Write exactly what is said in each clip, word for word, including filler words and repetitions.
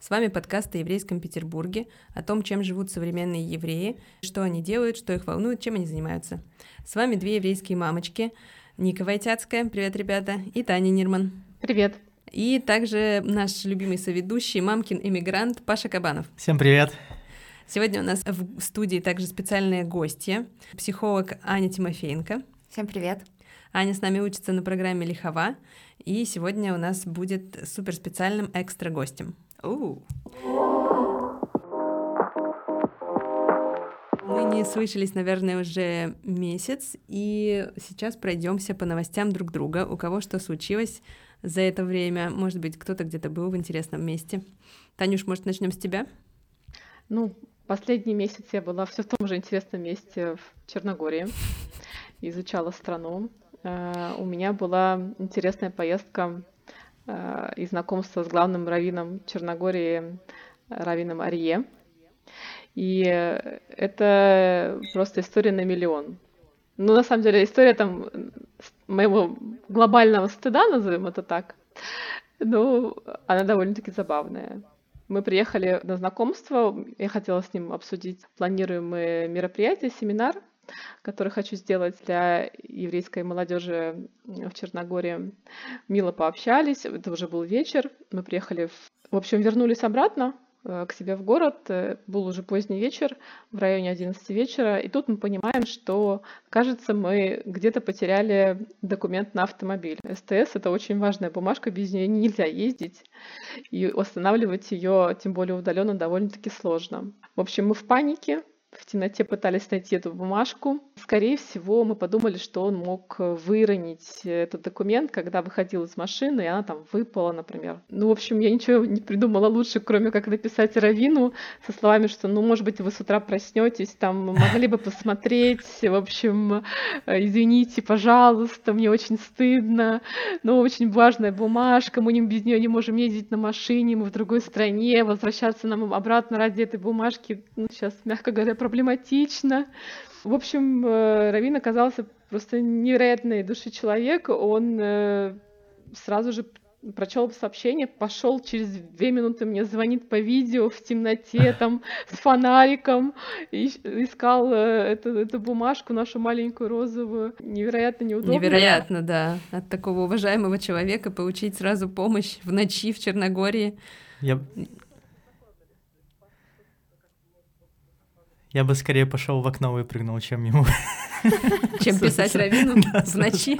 С вами подкаст о еврейском Петербурге, о том, чем живут современные евреи, что они делают, что их волнует, чем они занимаются. С вами две еврейские мамочки, Ника Войтяцкая, привет, ребята, и Таня Нирман. Привет. И также наш любимый соведущий, мамкин-эмигрант Паша Кабанов. Всем привет. Сегодня у нас в студии также специальные гости, психолог Аня Тимофеенко. Всем привет. Аня с нами учится на программе Лихова, и сегодня у нас будет суперспециальным экстра-гостем. У-у-у. Мы не слышались, наверное, уже месяц, и сейчас пройдемся по новостям друг друга. У кого что случилось за это время? Может быть, кто-то где-то был в интересном месте. Танюш, может, начнем с тебя? Ну, последний месяц я была все в том же интересном месте в Черногории, изучала страну. У меня была интересная поездка и знакомство с главным раввином Черногории, раввином Арье. И это просто история на миллион. Ну, на самом деле, история там моего глобального стыда, назовем это так, но она довольно-таки забавная. Мы приехали на знакомство, я хотела с ним обсудить планируемые мероприятия, семинар, который хочу сделать для еврейской молодежи в Черногории. Мило пообщались, это уже был вечер, мы приехали, в, в общем, вернулись обратно к себе в город, был уже поздний вечер, в районе одиннадцати вечера, и тут мы понимаем, что, кажется, мы где-то потеряли документ на автомобиль. СТС — это очень важная бумажка, без нее нельзя ездить, и восстанавливать ее, тем более удаленно, довольно-таки сложно. В общем, мы в панике, в темноте пытались найти эту бумажку. Скорее всего, мы подумали, что он мог выронить этот документ, когда выходил из машины, и она там выпала, например. Ну, в общем, я ничего не придумала лучше, кроме как написать раввину со словами, что, ну, может быть, вы с утра проснетесь, там, могли бы посмотреть, в общем, извините, пожалуйста, мне очень стыдно, но очень важная бумажка, мы без нее не можем ездить на машине, мы в другой стране, возвращаться нам обратно ради этой бумажки, ну, сейчас, мягко говоря, проблематично. В общем, раввин оказался просто невероятной души человек. Он сразу же прочел сообщение, пошел через две минуты, мне звонит по видео в темноте, там, с фонариком, и искал эту, эту бумажку, нашу маленькую розовую. Невероятно неудобно. Невероятно, да. От такого уважаемого человека получить сразу помощь в ночи в Черногории. Я... Я бы скорее пошел в окно выпрыгнул, чем ему. Чем писать раввину в ночи.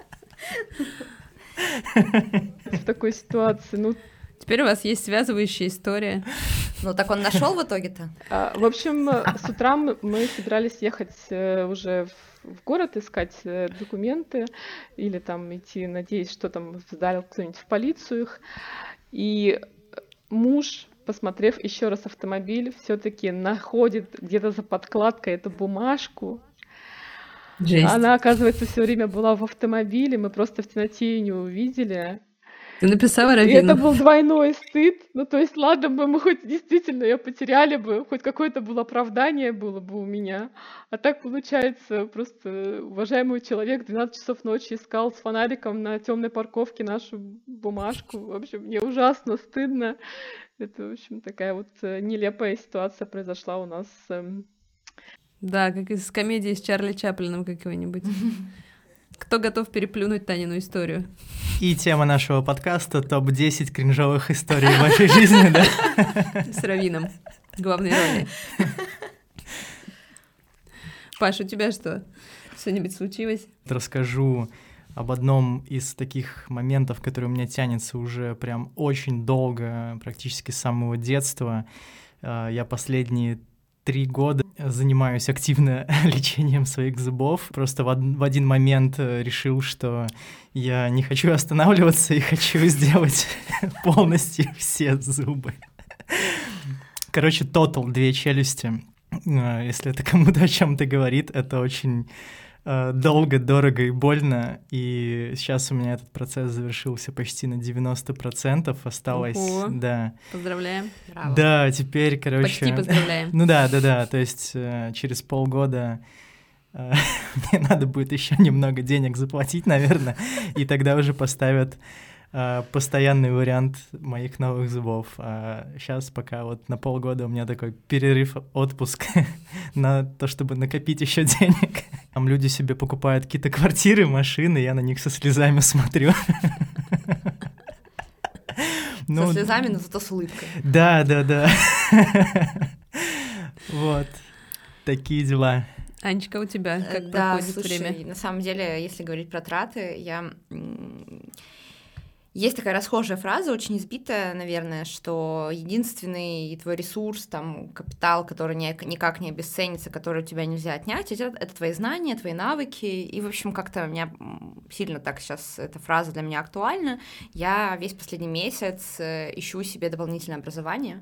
В такой ситуации, ну... Теперь у вас есть связывающая история. Ну так он нашел в итоге-то? В общем, с утра мы собирались ехать уже в город, искать документы или там идти, надеясь, что там сдал кто-нибудь в полицию их. И муж, посмотрев еще раз автомобиль, все-таки находит где-то за подкладкой эту бумажку. Жесть. Она, оказывается, все время была в автомобиле, мы просто в темноте ее не увидели. Ты написала раввину? И это был двойной стыд. Ну, то есть, ладно бы мы хоть действительно ее потеряли бы, хоть какое-то было оправдание было бы у меня. А так получается, просто уважаемый человек в двенадцать часов ночи искал с фонариком на темной парковке нашу бумажку. В общем, мне ужасно стыдно. Это, в общем, такая вот нелепая ситуация произошла у нас. Да, как из комедии с Чарли Чаплином какой-нибудь. Кто готов переплюнуть Танину историю? И тема нашего подкаста — топ десять кринжовых историй в вашей жизни, да? С раввином. Главной роли. Паш, у тебя что? Что-нибудь случилось? Расскажу об одном из таких моментов, который у меня тянется уже прям очень долго, практически с самого детства. Я последние три года занимаюсь активно лечением своих зубов. Просто в, од- в один момент решил, что я не хочу останавливаться и хочу сделать полностью все зубы. Короче, тотал две челюсти. Если это кому-то о чем-то говорит, это очень долго, дорого и больно, и сейчас у меня этот процесс завершился почти на девяносто процентов, осталось, Ого. Да. Поздравляем. Браво. Да, теперь, короче... Почти поздравляем. Ну да, да, да, то есть через полгода мне надо будет еще немного денег заплатить, наверное, и тогда уже поставят э, постоянный вариант моих новых зубов. А сейчас пока вот на полгода у меня такой перерыв, отпуск на то, чтобы накопить еще денег. Там люди себе покупают какие-то квартиры, машины, я на них со слезами смотрю. Со слезами, но зато с улыбкой. Да, да, да. Вот. Такие дела. Анечка, у тебя как да, проходит слушай, время? На самом деле, если говорить про траты, я... Есть такая расхожая фраза, очень избитая, наверное, что единственный твой ресурс, там, капитал, который никак не обесценится, который у тебя нельзя отнять, это, это твои знания, твои навыки. И, в общем, как-то у меня сильно так сейчас эта фраза для меня актуальна. Я весь последний месяц ищу себе дополнительное образование.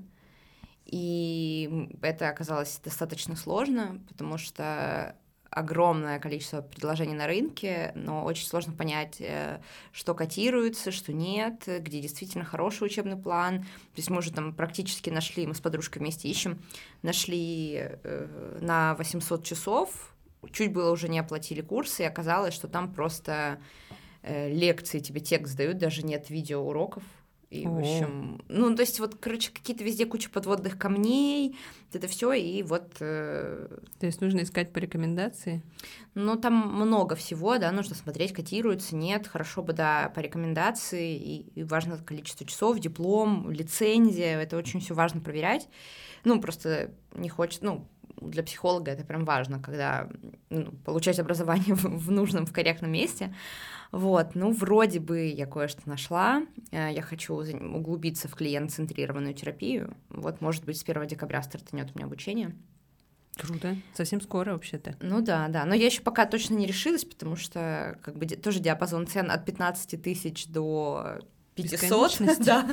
И это оказалось достаточно сложно, потому что огромное количество предложений на рынке, но очень сложно понять, что котируется, что нет, где действительно хороший учебный план. То есть мы уже там практически нашли, мы с подружкой вместе ищем, нашли на восемьсот часов, чуть было уже не оплатили курсы, и оказалось, что там просто лекции, тебе текст дают, даже нет видеоуроков. И, в общем, ну, то есть, вот, короче, какие-то везде куча подводных камней, это все, и вот... Э... То есть нужно искать по рекомендации? Ну, там много всего, да, нужно смотреть, котируется, нет, хорошо бы, да, по рекомендации, и, и важно количество часов, диплом, лицензия, это очень все важно проверять. Ну, просто не хочет, ну, для психолога это прям важно, когда ну, получать образование в, в нужном, в корректном месте. Вот, ну, вроде бы я кое-что нашла, я хочу углубиться в клиент-центрированную терапию, вот, может быть, с первого декабря стартанет у меня обучение. Круто, совсем скоро вообще-то. Ну да, да, но я еще пока точно не решилась, потому что, как бы, тоже диапазон цен от пятнадцати тысяч до пятисот, да.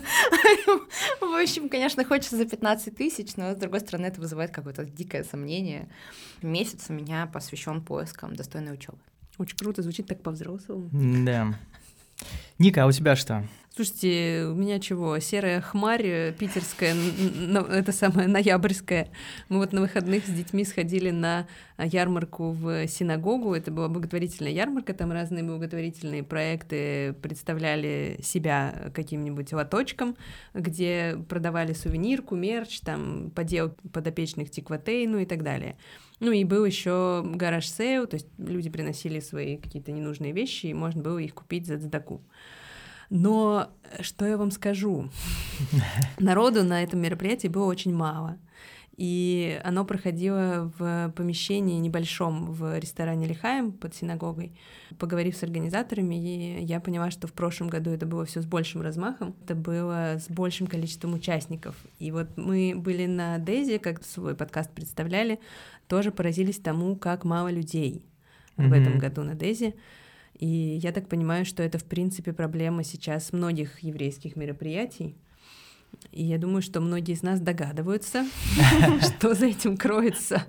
В общем, конечно, хочется за пятнадцать тысяч, но, с другой стороны, это вызывает какое-то дикое сомнение. Месяц у меня посвящен поискам достойной учебы. Очень круто, звучит так по-взрослому. Да. Ника, а у тебя что? Слушайте, у меня чего? Серая хмарь питерская, это самое ноябрьская. Мы вот на выходных с детьми сходили на ярмарку в синагогу. Это была благотворительная ярмарка, там разные благотворительные проекты представляли себя каким-нибудь лоточком, где продавали сувенирку, мерч, там поделки подопечных Тикватейну и так далее. Ну и был еще гараж-сейл, то есть люди приносили свои какие-то ненужные вещи, и можно было их купить за цдаку. Но что я вам скажу? Народу на этом мероприятии было очень мало. И оно проходило в помещении небольшом в ресторане «Лихаем» под синагогой. Поговорив с организаторами, я поняла, что в прошлом году это было все с большим размахом, это было с большим количеством участников. И вот мы были на Дэзе, как свой подкаст представляли, тоже поразились тому, как мало людей mm-hmm. в этом году на Дэзе. И я так понимаю, что это, в принципе, проблема сейчас многих еврейских мероприятий. И я думаю, что многие из нас догадываются, что за этим кроется.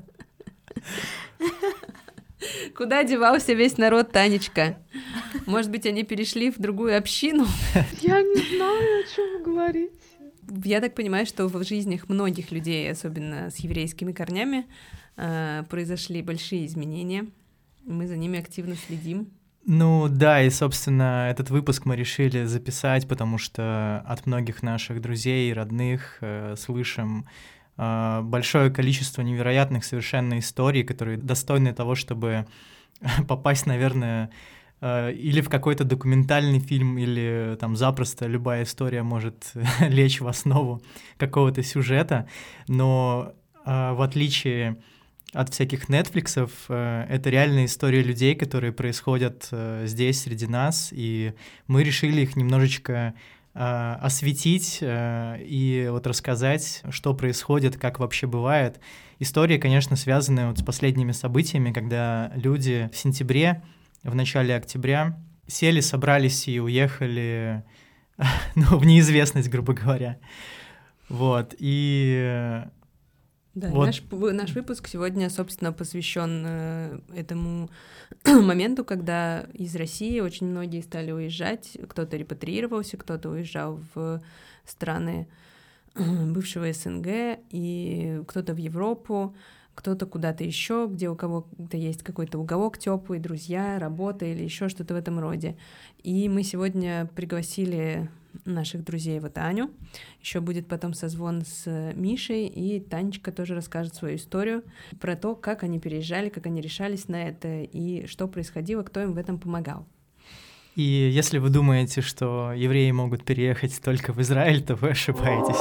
Куда девался весь народ, Танечка? Может быть, они перешли в другую общину? Я не знаю, о чем вы говорите. Я так понимаю, что в жизнях многих людей, особенно с еврейскими корнями, произошли большие изменения. Мы за ними активно следим. Ну да, и, собственно, этот выпуск мы решили записать, потому что от многих наших друзей и родных э, слышим э, большое количество невероятных совершенно историй, которые достойны того, чтобы попасть, наверное, э, или в какой-то документальный фильм, или там запросто любая история может лечь в основу какого-то сюжета, но э, в отличие от всяких Netflix'ов, это реальная история людей, которые происходят здесь, среди нас, и мы решили их немножечко осветить и вот рассказать, что происходит, как вообще бывает. Истории, конечно, связаны вот с последними событиями, когда люди в сентябре, в начале октября сели, собрались и уехали ну, в неизвестность, грубо говоря. Вот, и... Да, вот. наш, наш выпуск сегодня, собственно, посвящен э, этому моменту, когда из России очень многие стали уезжать, кто-то репатриировался, кто-то уезжал в страны бывшего СНГ, и кто-то в Европу. кто-то куда-то еще, где у кого-то есть какой-то уголок теплый, друзья, работа или еще что-то в этом роде. И мы сегодня пригласили наших друзей, вот Аню, еще будет потом созвон с Мишей, и Танечка тоже расскажет свою историю про то, как они переезжали, как они решались на это, и что происходило, кто им в этом помогал. И если вы думаете, что евреи могут переехать только в Израиль, то вы ошибаетесь.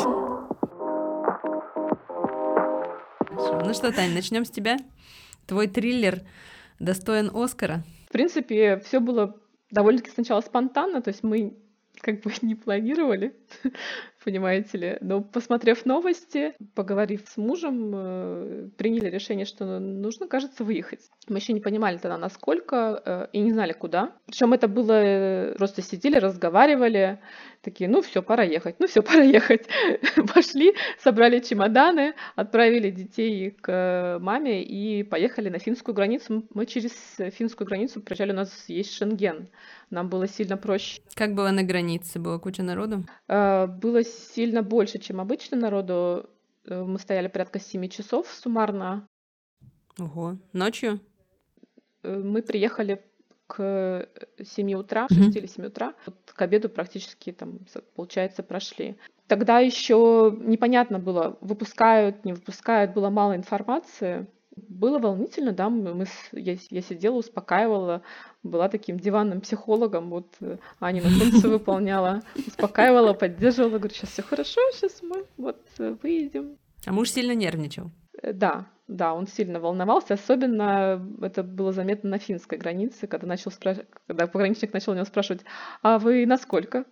Хорошо. Ну что, Тань, начнем с тебя. Твой триллер достоин Оскара. В принципе, все было довольно-таки сначала спонтанно, то есть мы как бы не планировали, понимаете ли. Но посмотрев новости, поговорив с мужем, э, приняли решение, что нужно, кажется, выехать. Мы еще не понимали тогда, насколько, э, и не знали, куда. Причем это было, э, просто сидели, разговаривали, такие, ну все, пора ехать, ну все, пора ехать. Пошли, собрали чемоданы, отправили детей к маме и поехали на финскую границу. Мы через финскую границу проезжали, у нас есть Шенген. Нам было сильно проще. Как было на границе? Была куча народу? Э, Было сильно больше, чем обычно народу. Э, Мы стояли порядка семи часов суммарно. Ого. Ночью? Э, Мы приехали к семи утра, Мгм. шести или семи утра. Вот к обеду практически там, с- получается, прошли. Тогда еще непонятно было, выпускают, не выпускают, было мало информации. Было волнительно, да, мы, мы с- я, с- я сидела, успокаивала, была таким диванным психологом, вот э, Анина функцию выполняла, успокаивала, поддерживала, говорю, сейчас все хорошо, сейчас мы вот э, выедем. А муж сильно нервничал. Э, Да, да, он сильно волновался, особенно это было заметно на финской границе, когда начал спрашивать, когда пограничник начал у него спрашивать, а вы насколько?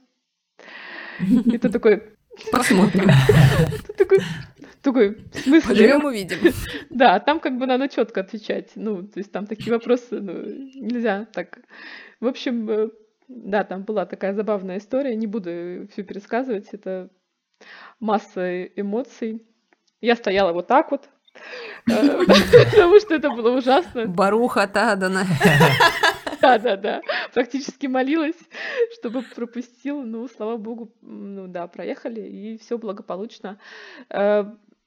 И ты такой, Посмотрим. ты такой, такой, в смысле? Поживем, увидим. Да, там как бы надо четко отвечать. Ну, то есть там такие вопросы, ну, нельзя так. В общем, э, да, там была такая забавная история, не буду все пересказывать, это масса эмоций. Я стояла вот так вот, э, потому что это было ужасно. Баруха Тадана. Да, да, да. Практически молилась, чтобы пропустил. Ну, слава богу, м, ну да, проехали, и все благополучно. Э,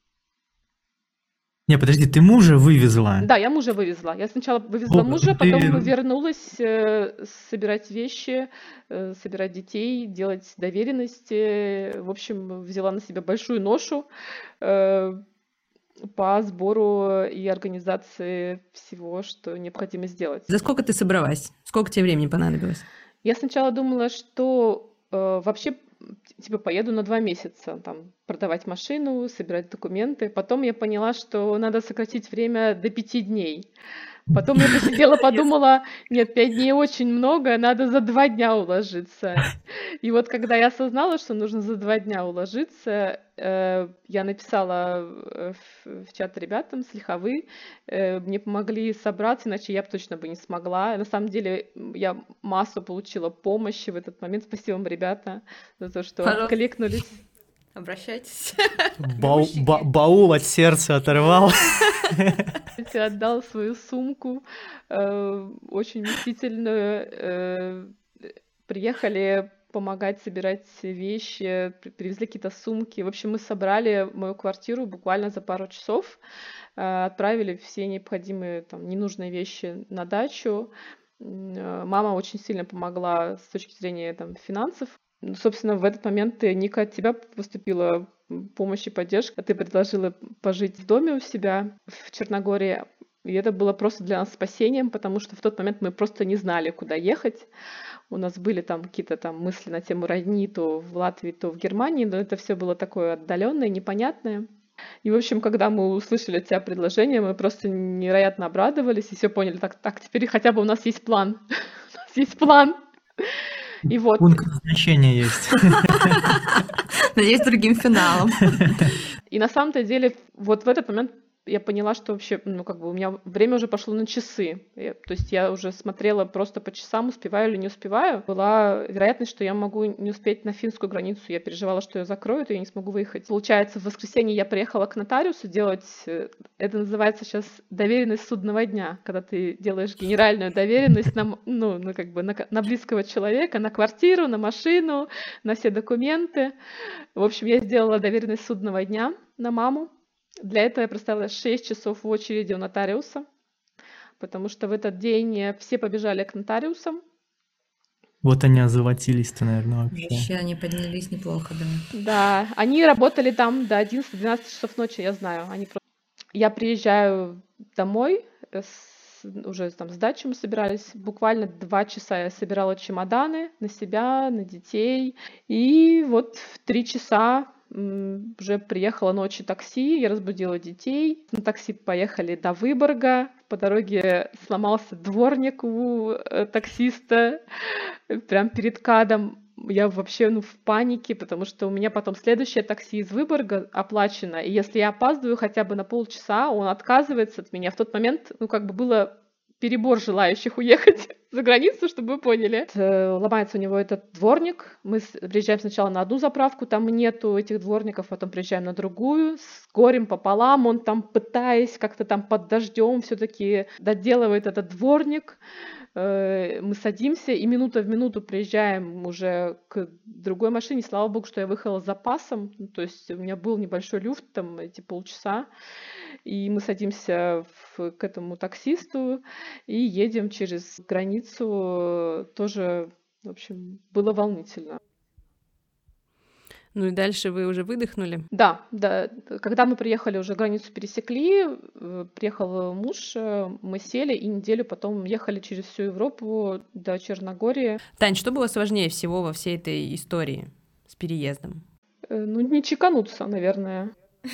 Не, подожди, ты мужа вывезла? Да, я мужа вывезла. Я сначала вывезла О, мужа, ты- потом вернулась э, собирать вещи, э, собирать детей, делать доверенности. В общем, взяла на себя большую ношу э, по сбору и организации всего, что необходимо сделать. За сколько ты собралась? Сколько тебе времени понадобилось? Я сначала думала, что э, вообще типа поеду на два месяца, там, продавать машину, собирать документы. Потом я поняла, что надо сократить время до пяти дней. Потом я посидела, подумала, нет, пять дней очень много, надо за два дня уложиться. И вот когда я осознала, что нужно за два дня уложиться, э, я написала э, в, в чат ребятам с Лиховы, э, мне помогли собраться, иначе я бы точно бы не смогла. На самом деле м, я массу получила помощи в этот момент. Спасибо вам, ребята, за то, что Пожалуйста. откликнулись. Обращайтесь. Бау- Мужчики. ба- баул от сердца оторвал. Я отдал свою сумку, э, очень вместительную. э, Приехали помогать собирать вещи, при- привезли какие-то сумки. В общем, мы собрали мою квартиру буквально за пару часов, э, отправили все необходимые, там, ненужные вещи на дачу. М, э, Мама очень сильно помогла с точки зрения там, финансов. Ну, собственно, в этот момент, э, Ника, от тебя поступила м, помощь и поддержка. Ты предложила пожить в доме у себя в Черногории. И это было просто для нас спасением, потому что в тот момент мы просто не знали, куда ехать. У нас были там какие-то там мысли на тему родни то в Латвии, то в Германии, но это все было такое отдаленное, непонятное. И, в общем, когда мы услышали от тебя предложение, мы просто невероятно обрадовались и все поняли, так, так, теперь хотя бы у нас есть план. У нас есть план. И вот. Пункт назначения есть. Надеюсь, другим финалом. И на самом-то деле вот в этот момент я поняла, что вообще, ну, как бы у меня время уже пошло на часы. Я- то есть я уже смотрела просто по часам, успеваю или не успеваю. Была вероятность, что я могу не успеть на финскую границу. Я переживала, что ее закроют, и я не смогу выехать. Получается, в воскресенье я приехала к нотариусу делать, э, это называется сейчас доверенность судного дня, когда ты делаешь генеральную доверенность на, м- ну, на, как бы на, ко- на близкого человека, на квартиру, на машину, на все документы. В общем, я сделала доверенность судного дня на маму. Для этого я простояла шесть часов в очереди у нотариуса, потому что в этот день все побежали к нотариусам. Вот они озолотились-то, наверное, вообще. Вообще они поднялись неплохо, да. Да, они работали там до одиннадцати-двенадцати часов ночи, я знаю. Они просто... Я приезжаю домой, с... уже там с дачи мы собирались. Буквально два часа я собирала чемоданы на себя, на детей. И вот в три часа м, уже приехало ночью такси, я разбудила детей. На такси поехали до Выборга. По дороге сломался дворник у э, таксиста прям перед КАДом. Я вообще ну, в панике, потому что у меня потом следующее такси из Выборга оплачено, и если я опаздываю хотя бы на полчаса, он отказывается от меня. В тот момент, ну, как бы было перебор желающих уехать за границу, чтобы вы поняли. Ломается у него этот дворник. Мы приезжаем сначала на одну заправку, там нету этих дворников, потом приезжаем на другую. С горем пополам он там, пытаясь как-то там под дождем, все-таки доделывает этот дворник. Мы садимся и минута в минуту приезжаем уже к другой машине. Слава богу, что я выехала с запасом. То есть у меня был небольшой люфт, там эти полчаса. И мы садимся в, к этому таксисту и едем через границу. Тоже, в общем, было волнительно. Ну и дальше вы уже выдохнули? Да, да. Когда мы приехали, уже границу пересекли, приехал муж, мы сели и неделю потом ехали через всю Европу до Черногории. Тань, что было сложнее всего во всей этой истории с переездом? Ну, не чекануться, наверное.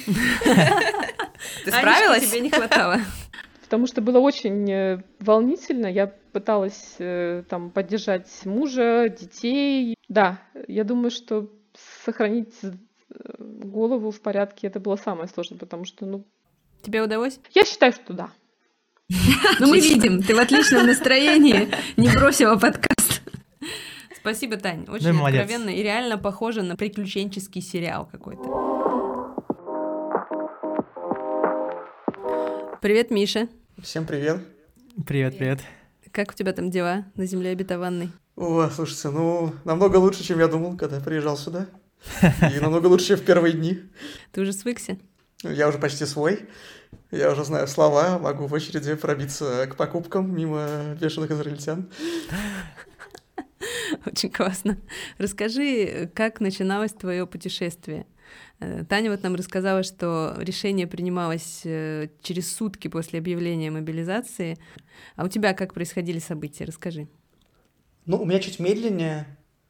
Ты справилась? Тебе не хватало. Потому что было очень волнительно. Я пыталась там поддержать мужа, детей. Да, я думаю, что сохранить голову в порядке, это было самое сложное, потому что, ну... Тебе удалось? Я считаю, что да. Ну, мы видим, ты в отличном настроении, не бросила подкаст. Спасибо, Тань, очень ну, откровенно и реально похоже на приключенческий сериал какой-то. Привет, Миша. Всем привет. Привет, привет. Как у тебя там дела на земле обетованной? О, слушайте, ну, намного лучше, чем я думал, когда я приезжал сюда. И намного лучше, чем в первые дни. Ты уже свыкся? Я уже почти свой. Я уже знаю слова, могу в очереди пробиться к покупкам мимо бешеных израильтян. Очень классно. Расскажи, как начиналось твое путешествие? Таня вот нам рассказала, что решение принималось через сутки после объявления мобилизации. А у тебя как происходили события? Расскажи. Ну, у меня чуть медленнее.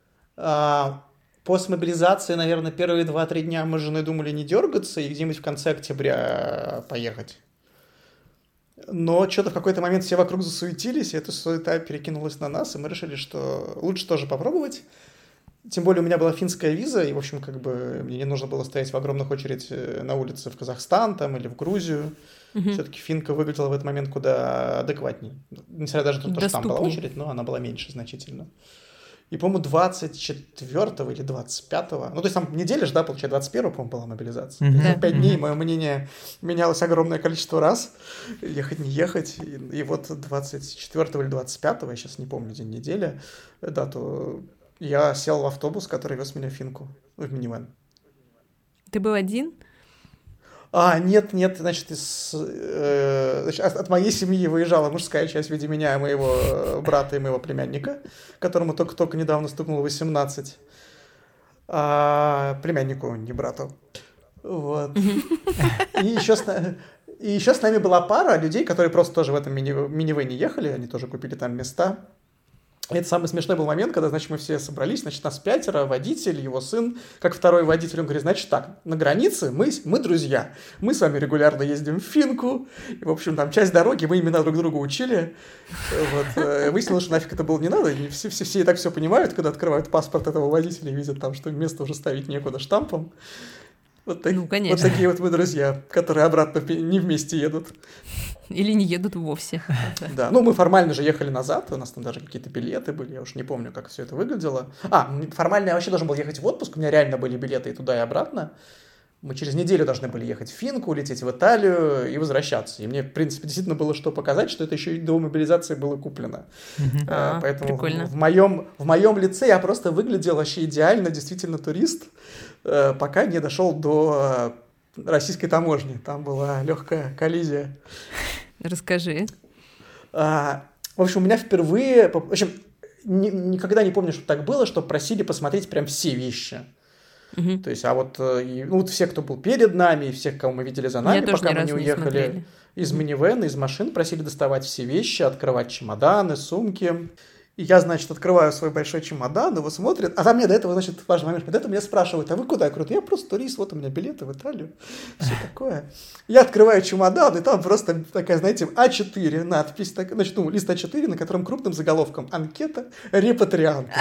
После мобилизации, наверное, первые два-три дня мы с женой думали не дергаться и где-нибудь в конце октября поехать. Но что-то в какой-то момент все вокруг засуетились, и эта суета перекинулась на нас, и мы решили, что лучше тоже попробовать. Тем более у меня была финская виза, и, в общем, как бы мне не нужно было стоять в огромных очередях на улице в Казахстан там, или в Грузию. Mm-hmm. Все-таки финка выглядела в этот момент куда адекватнее. Несмотря даже на то, что там была очередь, но она была меньше значительно. И, по-моему, двадцать четвёртого или двадцать пятого, ну, то есть там неделя же, да, получается, двадцать первого, по-моему, была мобилизация. Mm-hmm. За пять дней мое мнение менялось огромное количество раз, ехать, не ехать. И, и вот двадцать четвёртого или двадцать пятого, я сейчас не помню день недели, дату, я сел в автобус, который вез меня в Финку, в минивэн. Ты был один? А, нет, нет, значит, из, э, значит, от моей семьи выезжала мужская часть в виде меня, моего брата и моего племянника, которому только-только недавно стукнуло восемнадцать. А племяннику, не брату. Вот. И еще, с, и еще с нами была пара людей, которые просто тоже в этом мини, минивэне ехали, они тоже купили там места. И это самый смешной был момент, когда, значит, мы все собрались, значит, нас пятеро, водитель, его сын, как второй водитель, он говорит, значит, так, на границе мы, мы друзья, мы с вами регулярно ездим в Финку, и, в общем, там часть дороги мы имена друг друга учили, вот, выяснилось, что нафиг это было не надо, все, все, все и так все понимают, когда открывают паспорт этого водителя и видят там, что место уже ставить некуда штампом. Вот, так, ну, конечно. Вот такие вот мы друзья, которые обратно не вместе едут. Или не едут вовсе. Да, ну мы формально же ехали назад, у нас там даже какие-то билеты были, я уж не помню, как все это выглядело. А, формально я вообще должен был ехать в отпуск, у меня реально были билеты и туда, и обратно. Мы через неделю должны были ехать в Финку, лететь в Италию и возвращаться. И мне, в принципе, действительно было что показать, что это еще и до мобилизации было куплено. Uh-huh. А, а, поэтому прикольно. в, в, моем, в моем лице я просто выглядел вообще идеально, действительно турист, пока не дошел до российской таможни. Там была легкая коллизия. Расскажи. А, в общем, у меня впервые... В общем, ни, никогда не помню, что так было, что просили посмотреть прям все вещи. Угу. То есть, а вот, и, ну, вот все, кто был перед нами, и всех, кого мы видели за нами, Меня пока мы не не уехали не из минивэна, из машин, просили доставать все вещи, открывать чемоданы, сумки. И я, значит, открываю свой большой чемодан, его смотрят, а там мне до этого, значит, важный момент, до этого меня спрашивают, а вы куда? Я говорю, я просто турист, вот у меня билеты в Италию, все такое. Я открываю чемодан, и там просто такая, знаете, а четыре надпись, так, значит, ну, лист а четыре, на котором крупным заголовком «Анкета репатрианта».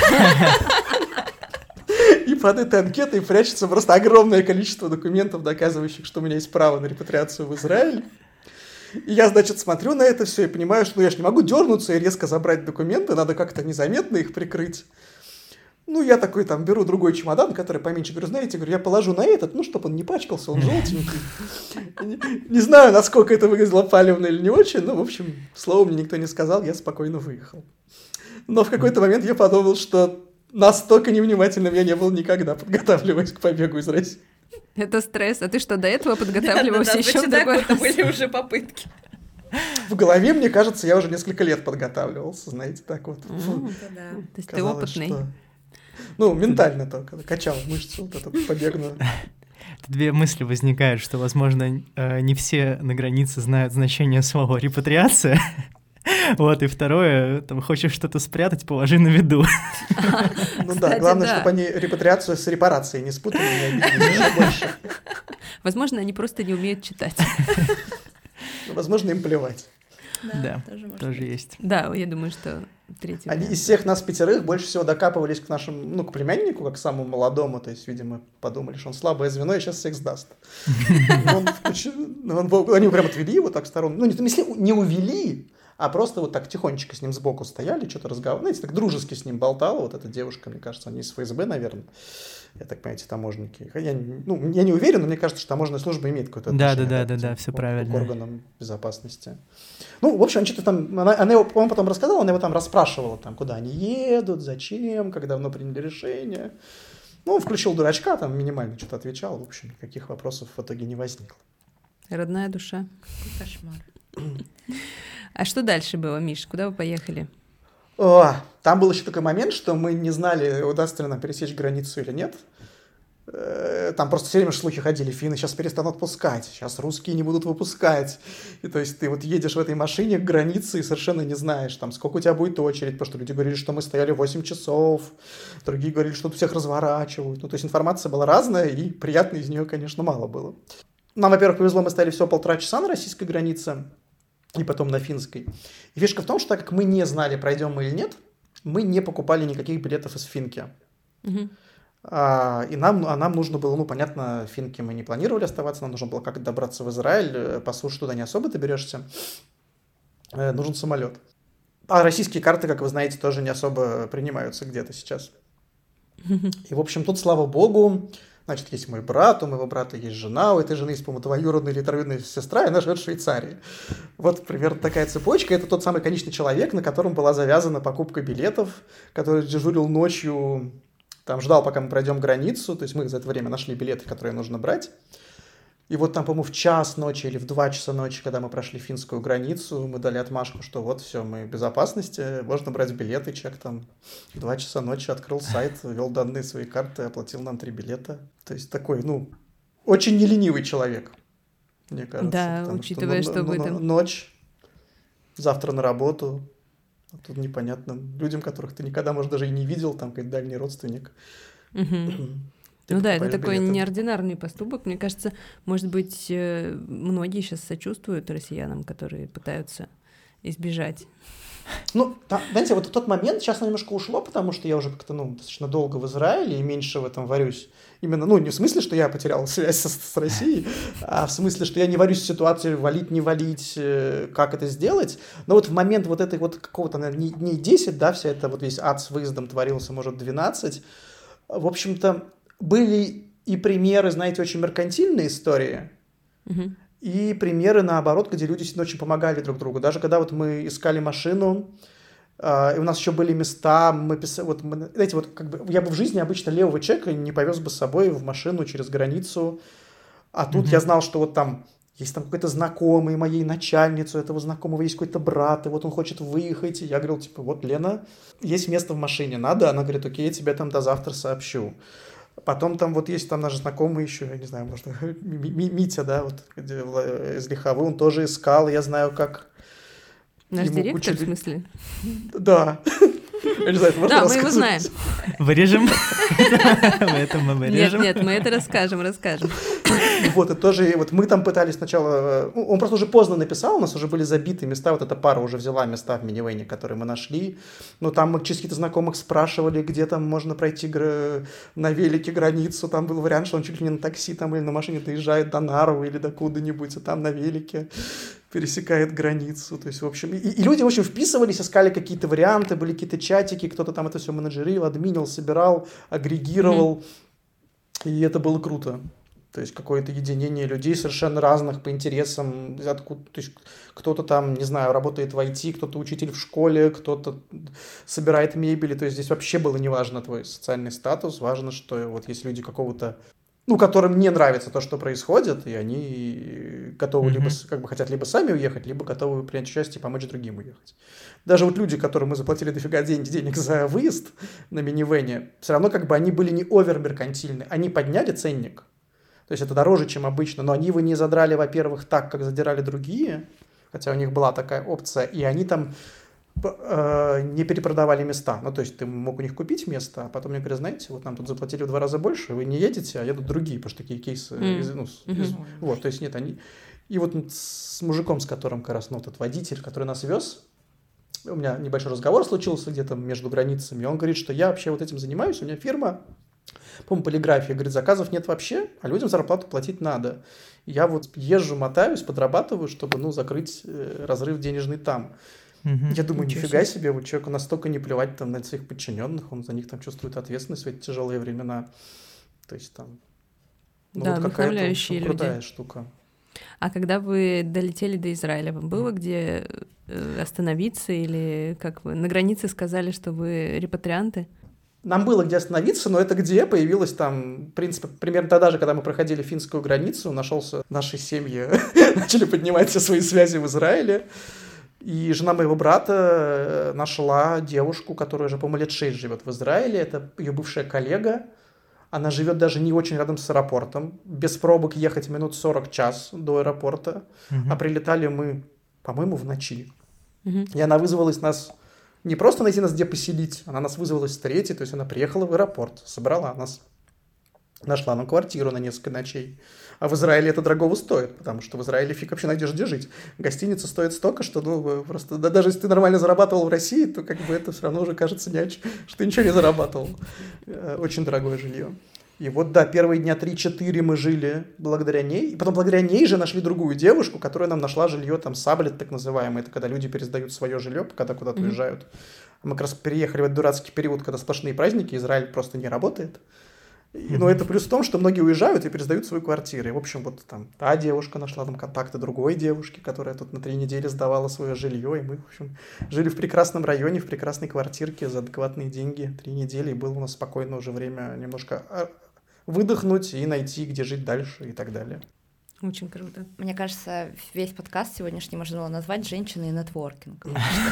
И под этой анкетой прячется просто огромное количество документов, доказывающих, что у меня есть право на репатриацию в Израиль. И я, значит, смотрю на это все и понимаю, что ну, я же не могу дернуться и резко забрать документы, надо как-то незаметно их прикрыть. Ну, я такой там беру другой чемодан, который поменьше, говорю, знаете, говорю, я положу на этот, ну, чтобы он не пачкался, он желтенький. Не знаю, насколько это выглядело палевно или не очень, но, в общем, слова мне никто не сказал, я спокойно выехал. Но в какой-то момент я подумал, что настолько невнимательным я не был никогда, подготавливаясь к побегу из России. Это стресс. А ты что, до этого подготавливался еще в другой раз? были уже попытки. В голове, мне кажется, я уже несколько лет подготавливался, знаете, так вот. То есть ты опытный. Ну, ментально только, качал мышцу вот эту побегную. Две мысли возникают, что, возможно, не все на границе знают значение слова «репатриация». Вот, и второе, там, хочешь что-то спрятать, положи на виду. Ну да, главное, чтобы они репатриацию с репарацией не спутали, не обидели еще больше. Возможно, они просто не умеют читать. Возможно, им плевать. Да, тоже есть. Да, я думаю, что третий Они из всех нас пятерых больше всего докапывались к нашему, ну, к племяннику, как к самому молодому, то есть, видимо, подумали, что он слабое звено и сейчас всех сдаст. Они прям отвели его так в сторону. Ну, не увели, а просто вот так тихонечко с ним сбоку стояли, что-то разговаривали. Знаете, так дружески с ним болтала вот эта девушка, мне кажется, они из эф эс бэ, наверное. Я так понимаю, эти таможники. Я, ну, я не уверен, но мне кажется, что таможенная служба имеет какое-то отношение. Да, да, да, да, да, все правильно. К органам безопасности. Ну, в общем, он что-то там, она, она его, он потом рассказал, она его там расспрашивала, там, куда они едут, зачем, как давно приняли решение. Ну, он включил дурачка, там минимально что-то отвечал, в общем, никаких вопросов в итоге не возникло. Родная душа. Кошмар. А что дальше было, Миш? Куда вы поехали? О, там был еще такой момент, что мы не знали, удастся ли нам пересечь границу или нет. Там просто все время слухи ходили, финны сейчас перестанут пускать, сейчас русские не будут выпускать. И то есть ты вот едешь в этой машине к границе и совершенно не знаешь, там, сколько у тебя будет очередь, потому что люди говорили, что мы стояли восемь часов, другие говорили, что тут всех разворачивают. Ну, то есть информация была разная, и приятной из нее, конечно, мало было. Нам, во-первых, повезло, мы стояли всего полтора часа на российской границе, и потом на финской. И фишка в том, что так как мы не знали, пройдем мы или нет, мы не покупали никаких билетов из Финки. Угу. А, и нам, а нам нужно было, ну, понятно, в Финке мы не планировали оставаться, нам нужно было как-то добраться в Израиль, по суше туда не особо доберешься, э, нужен самолет. А российские карты, как вы знаете, тоже не особо принимаются где-то сейчас. И, в общем, тут, слава богу, значит, есть мой брат, у моего брата есть жена, у этой жены есть, по-моему, двоюродная или троюродная сестра, и она живет в Швейцарии. Вот примерно такая цепочка. Это тот самый конечный человек, на котором была завязана покупка билетов, который дежурил ночью, там ждал, пока мы пройдем границу, то есть мы за это время нашли билеты, которые нужно брать. И вот там, по-моему, в час ночи или в два часа ночи, когда мы прошли финскую границу, мы дали отмашку, что вот, все, мы в безопасности, можно брать билеты. Человек там в два часа ночи открыл сайт, ввел данные своей карты, оплатил нам три билета. То есть такой, ну, очень неленивый человек, мне кажется. Да, учитывая, что, что вы там... Ночь, завтра на работу, а тут непонятно. Людям, которых ты никогда, может, даже и не видел, там какой-то дальний родственник. Угу. Ну да, это такой билеты. Неординарный поступок. Мне кажется, может быть, многие сейчас сочувствуют россиянам, которые пытаются избежать. Ну, да, знаете, вот в тот момент, сейчас оно немножко ушло, потому что я уже как-то, ну, достаточно долго в Израиле и меньше в этом варюсь. Именно, ну, не в смысле, что я потерял связь с, с Россией, а в смысле, что я не варюсь в ситуации валить, не валить, как это сделать. Но вот в момент вот этой вот какого-то, наверное, дней десять, да, вся эта вот весь ад с выездом творился, может, двенадцать, в общем-то, были и примеры, знаете, очень меркантильные истории, угу. и примеры, наоборот, где люди очень помогали друг другу. Даже когда вот мы искали машину, э, и у нас еще были места, мы писали, вот, мы, знаете, вот как бы я бы в жизни обычно левого человека не повез бы с собой в машину через границу, А тут mm-hmm. я знал, что вот там есть там какой-то знакомый моей начальницы, у этого знакомого есть какой-то брат, и вот он хочет выехать. И я говорил, типа, вот, Лена, есть место в машине, надо? Она говорит, окей, я тебе там до завтра сообщу. Потом там вот есть там наш знакомый еще, я не знаю, может, Митя, да, вот из Лиховы, он тоже искал, я знаю, как... Наш директор, кучу... в смысле? Да. Я не знаю, это можно Да, мы его знаем. Вырежем? Это мы вырежем? Нет, нет, мы это расскажем, расскажем. Вот, и тоже, вот мы там пытались сначала, он просто уже поздно написал, у нас уже были забиты места, вот эта пара уже взяла места в минивэне, которые мы нашли, но там мы через каких-то знакомых спрашивали, где там можно пройти гра... на велике границу, там был вариант, что он чуть ли не на такси там или на машине доезжает до Нарвы или до куда-нибудь, а там на велике пересекает границу, то есть, в общем, и, и люди, в общем, вписывались, искали какие-то варианты, были какие-то чатики, кто-то там это все менеджерил, админил, собирал, агрегировал, mm-hmm. и это было круто. То есть какое-то единение людей совершенно разных по интересам, откуда, то есть кто-то там, не знаю, работает в ай ти, кто-то учитель в школе, кто-то собирает мебель, то есть здесь вообще было неважно твой социальный статус, важно, что вот есть люди какого-то, ну, которым не нравится то, что происходит, и они готовы mm-hmm. либо, как бы хотят либо сами уехать, либо готовы принять участие и помочь другим уехать. Даже вот люди, которым мы заплатили дофига денег, денег за выезд на минивэне, все равно как бы они были не овер-меркантильны, они подняли ценник. То есть это дороже, чем обычно, но они его не задрали, во-первых, так, как задирали другие, хотя у них была такая опция, и они там э, не перепродавали места. Ну, то есть ты мог у них купить место, а потом мне говорят, знаете, вот нам тут заплатили в два раза больше, вы не едете, а едут другие, потому что такие кейсы. Mm. Из, ну, mm-hmm. из, вот, то есть нет, они... И вот с мужиком, с которым как раз, ну, этот водитель, который нас вез, у меня небольшой разговор случился где-то между границами, он говорит, что я вообще вот этим занимаюсь, у меня фирма, по-моему, полиграфия, говорит, заказов нет вообще, а людям зарплату платить надо. Я вот езжу, мотаюсь, подрабатываю, чтобы, ну, закрыть э, разрыв денежный там. Mm-hmm. Я думаю, Ничего нифига себе, вот человеку настолько не плевать там на своих подчиненных, он за них там чувствует ответственность в эти тяжелые времена. То есть там, ну, да, вот какая-то люди. крутая штука. А когда вы долетели до Израиля, вам было где остановиться или как вы на границе сказали, что вы репатрианты? Нам было где остановиться, но это где появилось там, в принципе, примерно тогда же, когда мы проходили финскую границу, нашелся наши семьи, начали поднимать все свои связи в Израиле. И жена моего брата нашла девушку, которая уже, по-моему, лет шесть живет в Израиле. Это ее бывшая коллега. Она живет даже не очень рядом с аэропортом. Без пробок ехать минут сорок час до аэропорта. Mm-hmm. А прилетали мы, по-моему, в ночи. Mm-hmm. И она вызвалась нас... Не просто найти нас, где поселить, она нас вызвалась встретить, то есть она приехала в аэропорт, собрала нас, нашла нам квартиру на несколько ночей. А в Израиле это дорогого стоит, потому что в Израиле фиг вообще найдешь, где жить. Гостиница стоит столько, что, ну, просто, да, даже если ты нормально зарабатывал в России, то как бы это все равно уже кажется не очень, что ты ничего не зарабатывал. Очень дорогое жилье. И вот, да, первые дня три-четыре мы жили благодаря ней. И потом благодаря ней же нашли другую девушку, которая нам нашла жилье, там, саблет так называемый. Это когда люди пересдают свое жилье, когда куда-то mm-hmm. уезжают. Мы как раз переехали в этот дурацкий период, когда сплошные праздники, Израиль просто не работает. И, mm-hmm. Но это плюс в том, что многие уезжают и пересдают свои квартиры. И, в общем, вот там та девушка нашла там контакты другой девушки, которая тут на три недели сдавала свое жилье. И мы, в общем, жили в прекрасном районе, в прекрасной квартирке за адекватные деньги. Три недели, и было у нас спокойно уже время немножко... выдохнуть и найти, где жить дальше и так далее. Очень круто. Мне кажется, весь подкаст сегодняшний можно было назвать «Женщины и нетворкинг».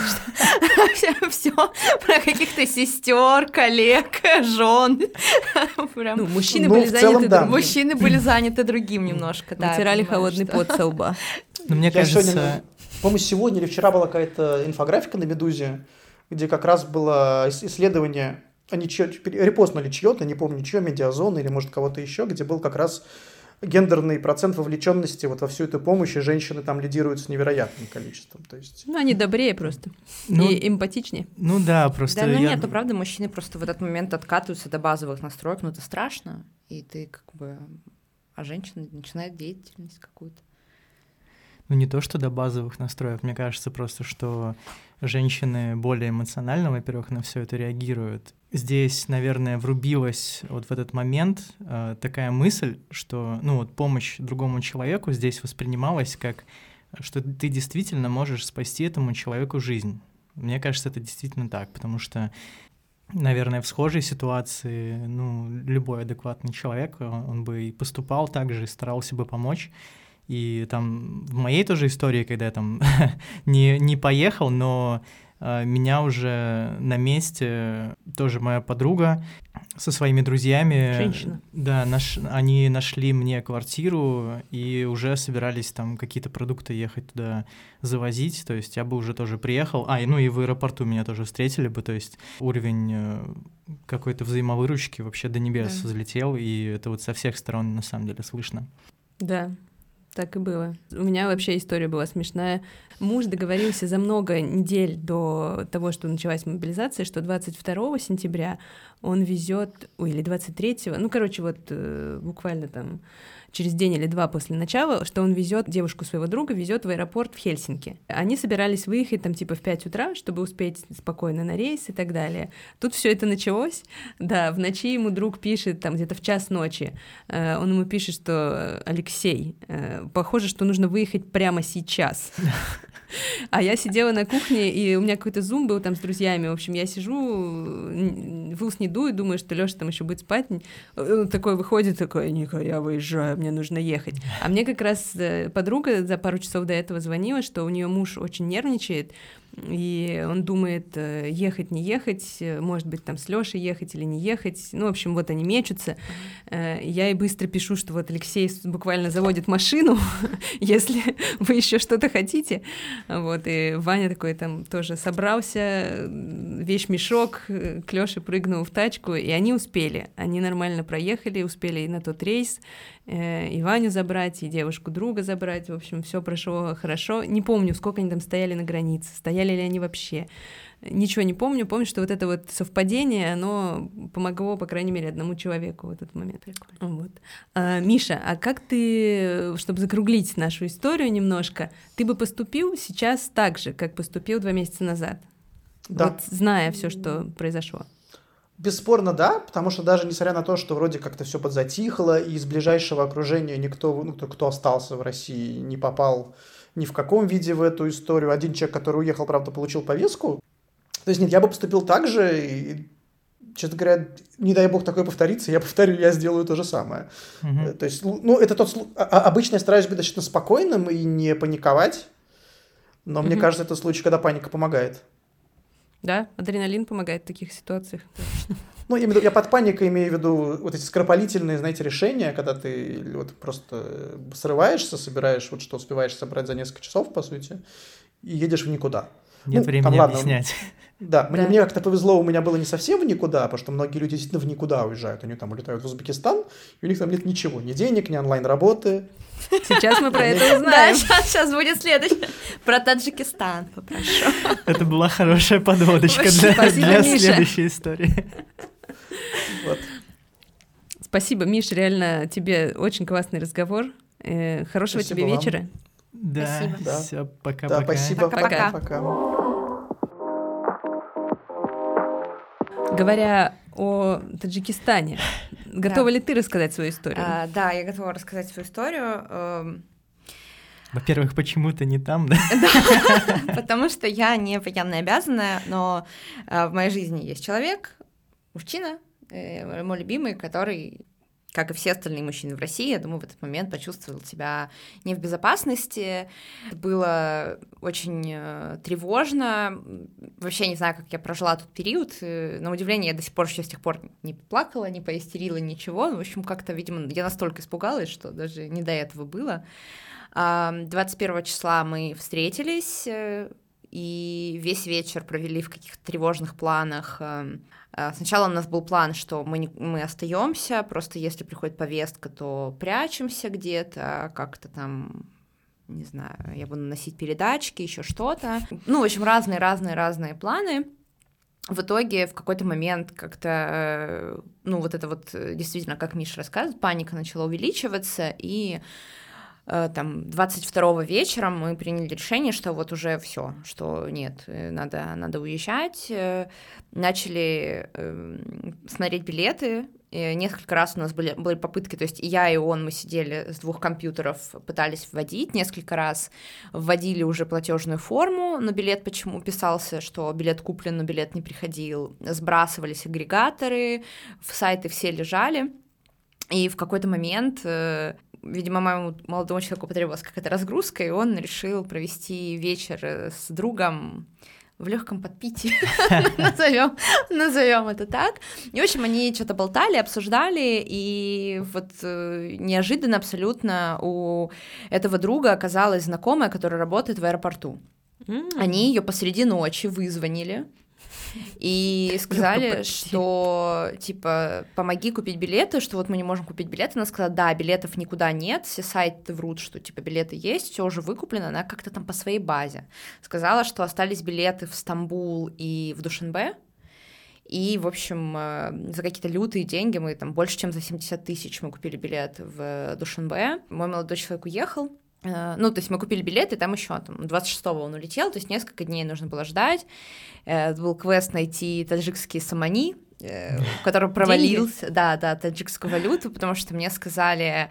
Все про каких-то сестер, коллег, жен. Ну, мужчины были заняты другим. Мужчины были заняты другим немножко, да. Вытирали холодный пот со лба. Но мне кажется... По-моему, сегодня или вчера была какая-то инфографика на «Медузе», где как раз было исследование... Они репостнули чье-то, не помню, чье, Медиазон или, может, кого-то еще, где был как раз гендерный процент вовлеченности вот во всю эту помощь, и женщины там лидируют с невероятным количеством. То есть... Ну, они добрее просто ну, и эмпатичнее. Ну да, просто... Да, ну я... нет, ну правда, мужчины просто в этот момент откатываются до базовых настроек, ну это страшно, и ты как бы... А женщина начинает деятельность какую-то. Ну, не то, что до базовых настроек. Мне кажется просто, что женщины более эмоционально, во-первых, на все это реагируют. Здесь, наверное, врубилась вот в этот момент э, такая мысль, что, ну, вот помощь другому человеку здесь воспринималась как, что ты действительно можешь спасти этому человеку жизнь. Мне кажется, это действительно так, потому что наверное, в схожей ситуации, ну, любой адекватный человек, он бы и поступал так же, и старался бы помочь. И там в моей тоже истории, когда я там не, не поехал, но э, меня уже на месте тоже моя подруга со своими друзьями... Женщина. Да, наш, они нашли мне квартиру и уже собирались там какие-то продукты ехать туда завозить, то есть я бы уже тоже приехал. А, и, ну и в аэропорту меня тоже встретили бы, то есть уровень э, какой-то взаимовыручки вообще до небес Да. взлетел, и это вот со всех сторон на самом деле слышно. Да, так и было. У меня вообще история была смешная. Муж договорился за много недель до того, что началась мобилизация, что двадцать второго сентября он везет, ой, или двадцать третьего, ну, короче, вот э, буквально там через день или два после начала, что он везет девушку своего друга, везет в аэропорт в Хельсинки. Они собирались выехать там типа в пять утра, чтобы успеть спокойно на рейс и так далее. Тут все это началось. Да, в ночи ему друг пишет, там где-то в час ночи, э, он ему пишет, что Алексей, э, похоже, что нужно выехать прямо сейчас. А я сидела на кухне, и у меня какой-то зум был там с друзьями. В общем, я сижу, в ус не дую, думаю, что Лёша там еще будет спать. Он такой выходит, такой: Ника, я выезжаю, мне нужно ехать. А мне как раз подруга за пару часов до этого звонила, что у нее муж очень нервничает, и он думает, ехать, не ехать, может быть, там с Лёшей ехать или не ехать. Ну, в общем, вот они мечутся. Я ей быстро пишу, что вот Алексей буквально заводит машину, если вы еще что-то хотите. Вот, и Ваня такой там тоже собрался, вещмешок, к Лёше прыгнул в тачку, и они успели. Они нормально проехали, успели и на тот рейс, и Ваню забрать, и девушку друга забрать. В общем, все прошло хорошо. Не помню, сколько они там стояли на границе, стояли ли они вообще. Ничего не помню. Помню, что вот это вот совпадение, оно помогло, по крайней мере, одному человеку в этот момент. Вот. А, Миша, а как ты, чтобы закруглить нашу историю немножко, ты бы поступил сейчас так же, как поступил два месяца назад? Да. Вот зная все, что произошло. Бесспорно, да, потому что даже несмотря на то, что вроде как-то все подзатихло, и из ближайшего окружения никто, ну, кто остался в России, не попал ни в каком виде в эту историю. Один человек, который уехал, правда, получил повестку. То есть нет, я бы поступил так же, и, честно говоря, не дай бог такое повторится, я повторю, я сделаю то же самое. Мгм. То есть, ну, это тот случай. Обычно я стараюсь быть достаточно спокойным и не паниковать, но мне Мгм. кажется, это случай, когда паника помогает. Да, адреналин помогает в таких ситуациях. Ну, я, имею в виду- я под паникой имею в виду вот эти скоропалительные, знаете, решения, когда ты вот просто срываешься, собираешь вот что успеваешь собрать за несколько часов, по сути, и едешь в никуда. Нет Ну, времени там, ладно, объяснять. Да, мне, Да. мне как-то повезло, у меня было не совсем в никуда, потому что многие люди действительно в никуда уезжают. Они там улетают в Узбекистан, и у них там нет ничего, ни денег, ни онлайн-работы. Сейчас мы про это Да, узнаем. сейчас будет следующее. Про Таджикистан попрошу. Это была хорошая подводочка для, Спасибо, для Миша. следующей истории. Вот. Спасибо, Миш, реально тебе очень классный разговор. Э, Хорошего Спасибо тебе вам. вечера. Да, Спасибо. Да. все, Да, пока-пока. спасибо. Пока-пока. Пока. Говоря о Таджикистане, готова ли ты рассказать свою историю? А, Да, я готова рассказать свою историю. эм, Во-первых, почему ты не там, да? Потому что я не военная обязанная, но э, в моей жизни есть человек, мужчина, э, мой любимый, который, как и все остальные мужчины в России, я думаю, в этот момент почувствовал себя не в безопасности. Было очень э, тревожно. Вообще не знаю, как я прожила тот период. Э, На удивление, я до сих пор еще с тех пор не плакала, не поистерила, ничего. В общем, как-то, видимо, я настолько испугалась, что даже не до этого было. А, двадцать первого числа мы встретились, э, и весь вечер провели в каких-то тревожных планах. э, а, Сначала у нас был план, что мы, не- мы остаемся, просто если приходит повестка, то прячемся где-то, как-то там, не знаю, я буду носить передачки, еще что-то. Ну, в общем, разные-разные-разные планы. В итоге в какой-то момент как-то, э, ну, вот это вот э, действительно, как Миша рассказывает, паника начала увеличиваться, и там двадцать второго вечером мы приняли решение, что вот уже все, что нет, надо, надо уезжать. Начали смотреть билеты. И несколько раз у нас были, были попытки, то есть и я, и он, мы сидели с двух компьютеров, пытались вводить, несколько раз вводили уже платежную форму, но билет почему писался, что билет куплен, но билет не приходил, сбрасывались агрегаторы, в сайты все лежали, и в какой-то момент, видимо, моему молодому человеку потребовалась какая-то разгрузка, и он решил провести вечер с другом в легком подпитии, назовем, назовем это так. И, в общем, они что-то болтали, обсуждали, и вот э, неожиданно абсолютно у этого друга оказалась знакомая, которая работает в аэропорту. Mm. Они ее посреди ночи вызвонили и сказали, что, типа, помоги купить билеты, что вот мы не можем купить билеты. Она сказала, да, билетов никуда нет, все сайты врут, что, типа, билеты есть, все уже выкуплено, она как-то там по своей базе. Сказала, что остались билеты в Стамбул и в Душанбе, и, в общем, за какие-то лютые деньги, мы там больше, чем за семьдесят тысяч мы купили билет в Душанбе. Мой молодой человек уехал. Ну, то есть мы купили билеты, там еще там, двадцать шестого он улетел, то есть несколько дней нужно было ждать. Это был квест найти таджикские самани, который провалился, деньги? да, да, таджикскую валюту, потому что мне сказали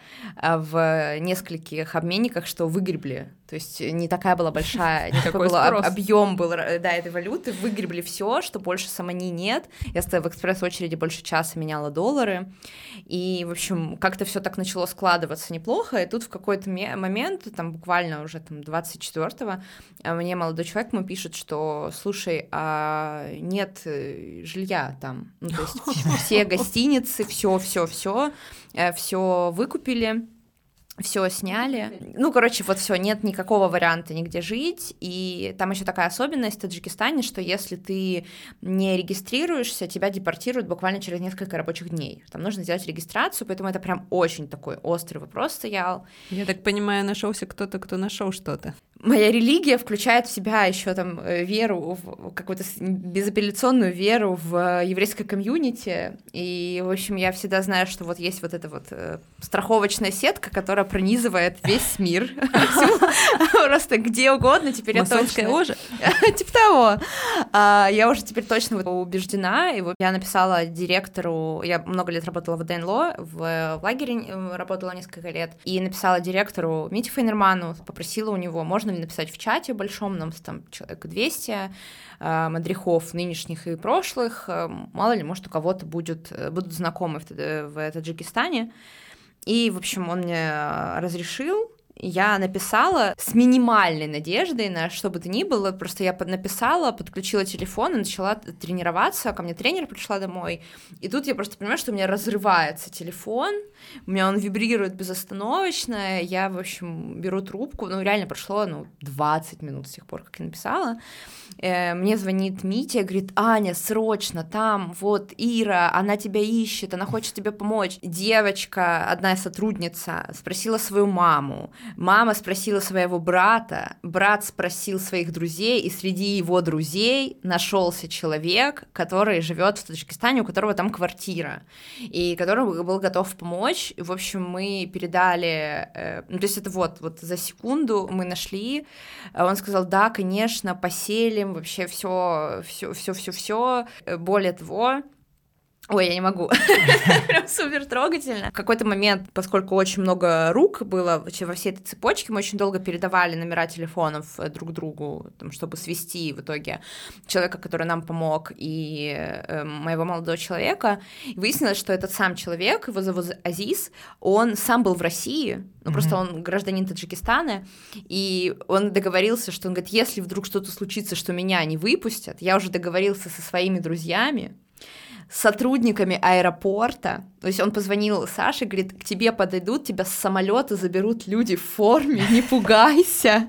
в нескольких обменниках, что выгребли, то есть не такая была большая, не такой был объем был, да, этой валюты, выгребли все, что больше самани нет. Я стояла в экспресс-очереди больше часа, меняла доллары, и, в общем, как-то все так начало складываться неплохо, и тут в какой-то момент, там буквально уже там двадцать четвёртого, мне молодой человек ему пишет, что, слушай, а нет жилья там. Ну, то есть все гостиницы, все, все, все, все выкупили, все сняли. Ну, короче, вот все, нет никакого варианта нигде жить. И там еще такая особенность в Таджикистане, что если ты не регистрируешься, тебя депортируют буквально через несколько рабочих дней. Там нужно сделать регистрацию, поэтому это прям очень такой острый вопрос стоял. Я так понимаю, нашелся кто-то, кто нашел что-то. Моя религия включает в себя еще там веру, в какую-то безапелляционную веру в еврейское комьюнити, и, в общем, я всегда знаю, что вот есть вот эта вот страховочная сетка, которая пронизывает весь мир, просто где угодно, теперь я точно... ложа? Типа того. Я уже теперь точно убеждена, и вот я написала директору, я много лет работала в ДНЛО, в лагере работала несколько лет, и написала директору Мите Фейнерману, попросила у него, можно ли написать в чате большом, нам там человек двести э, мадрихов нынешних и прошлых, э, мало ли, может, у кого-то будет, будут знакомы в, в Таджикистане. И, в общем, он мне разрешил. Я написала с минимальной надеждой на что бы то ни было, просто я написала, подключила телефон и начала тренироваться, ко мне тренер пришла домой, и тут я просто понимаю, что у меня разрывается телефон, у меня он вибрирует безостановочно, я, в общем, беру трубку, ну, реально прошло, ну, двадцать минут с тех пор, как я написала, э, мне звонит Митя, говорит, Аня, срочно, там, вот, Ира, она тебя ищет, она хочет тебе помочь. Девочка, одна сотрудница, спросила свою маму, мама спросила своего брата, брат спросил своих друзей, и среди его друзей нашелся человек, который живет в Таджикистане, у которого там квартира, и который был готов помочь. В общем, мы передали, э, ну, то есть это вот, вот за секунду мы нашли, он сказал, да, конечно, поселим, вообще все, все, все, все, все. Более того, ой, я не могу. Прям супер трогательно. В какой-то момент, поскольку очень много рук было во всей этой цепочке, мы очень долго передавали номера телефонов друг другу, там, чтобы свести в итоге человека, который нам помог, и э, моего молодого человека. И выяснилось, что этот сам человек, его зовут Азиз, он сам был в России, ну, mm-hmm. просто он гражданин Таджикистана, и он договорился, что он говорит, если вдруг что-то случится, что меня не выпустят, я уже договорился со своими друзьями, с сотрудниками аэропорта, то есть он позвонил Саше, говорит, к тебе подойдут, тебя с самолета заберут люди в форме, не пугайся,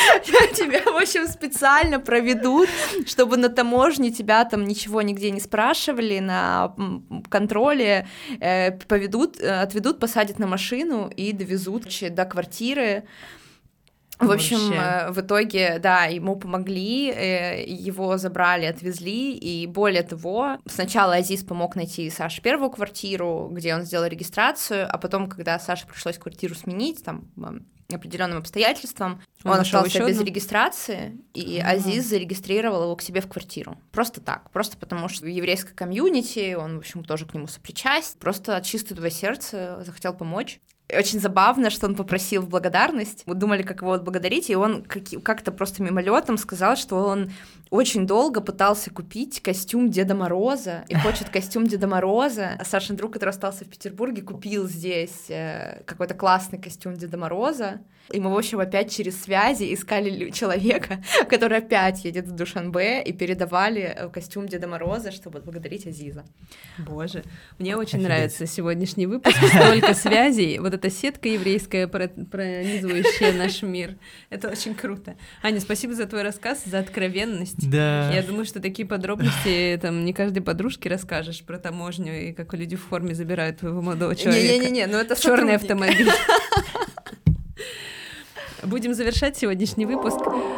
тебя, в общем, специально проведут, чтобы на таможне тебя там ничего нигде не спрашивали, на контроле поведут, отведут, посадят на машину и довезут до квартиры. В общем, Вообще. в итоге, да, ему помогли, его забрали, отвезли, и более того, сначала Азиз помог найти Саше первую квартиру, где он сделал регистрацию, а потом, когда Саше пришлось квартиру сменить, там, определенным обстоятельствам, он, он остался без одну? регистрации, и А-а-а. Азиз зарегистрировал его к себе в квартиру. Просто так, просто потому что в еврейской комьюнити, он, в общем, тоже к нему сопричастен, просто от чистого сердца захотел помочь. Очень забавно, что он попросил в благодарность. Мы думали, как его отблагодарить, и он как-то просто мимолетом сказал, что он очень долго пытался купить костюм Деда Мороза и хочет костюм Деда Мороза. А Сашин друг, который остался в Петербурге, купил здесь какой-то классный костюм Деда Мороза. И мы, в общем, опять через связи искали человека, который опять едет в Душанбе, и передавали костюм Деда Мороза, чтобы отблагодарить Азиза. Боже, мне очень Офигеть. нравится сегодняшний выпуск, столько связей, вот эта сетка еврейская, пронизывающая наш мир. Это очень круто. Аня, спасибо за твой рассказ, за откровенность. Да. Я думаю, что такие подробности там не каждой подружке расскажешь про таможню и как люди в форме забирают твоего молодого человека. Не-не-не, ну это черный автомобиль. Будем завершать сегодняшний выпуск.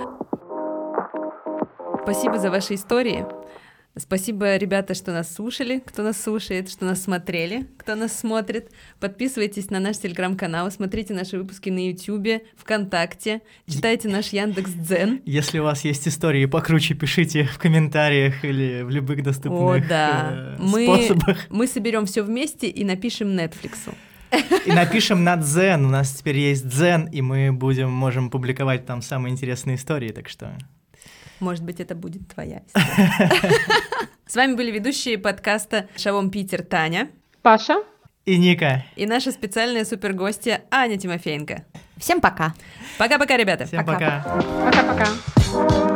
Спасибо за ваши истории. Спасибо, ребята, что нас слушали, кто нас слушает, что нас смотрели, кто нас смотрит. Подписывайтесь на наш телеграм-канал, смотрите наши выпуски на Ютубе, ВКонтакте, читайте наш Яндекс.Дзен. Если у вас есть истории покруче, пишите в комментариях или в любых доступных О, да. э, мы, способах. Мы соберем все вместе и напишем Нетфликсу. И напишем на Дзен. У нас теперь есть Дзен, и мы будем, можем публиковать там самые интересные истории, так что... Может быть, это будет твоя история. С вами были ведущие подкаста «Шалом Питер» Таня, Паша и Ника. И наша специальная супергостья Аня Тимофеенко. Всем пока. Пока-пока, ребята. Всем пока. Пока-пока.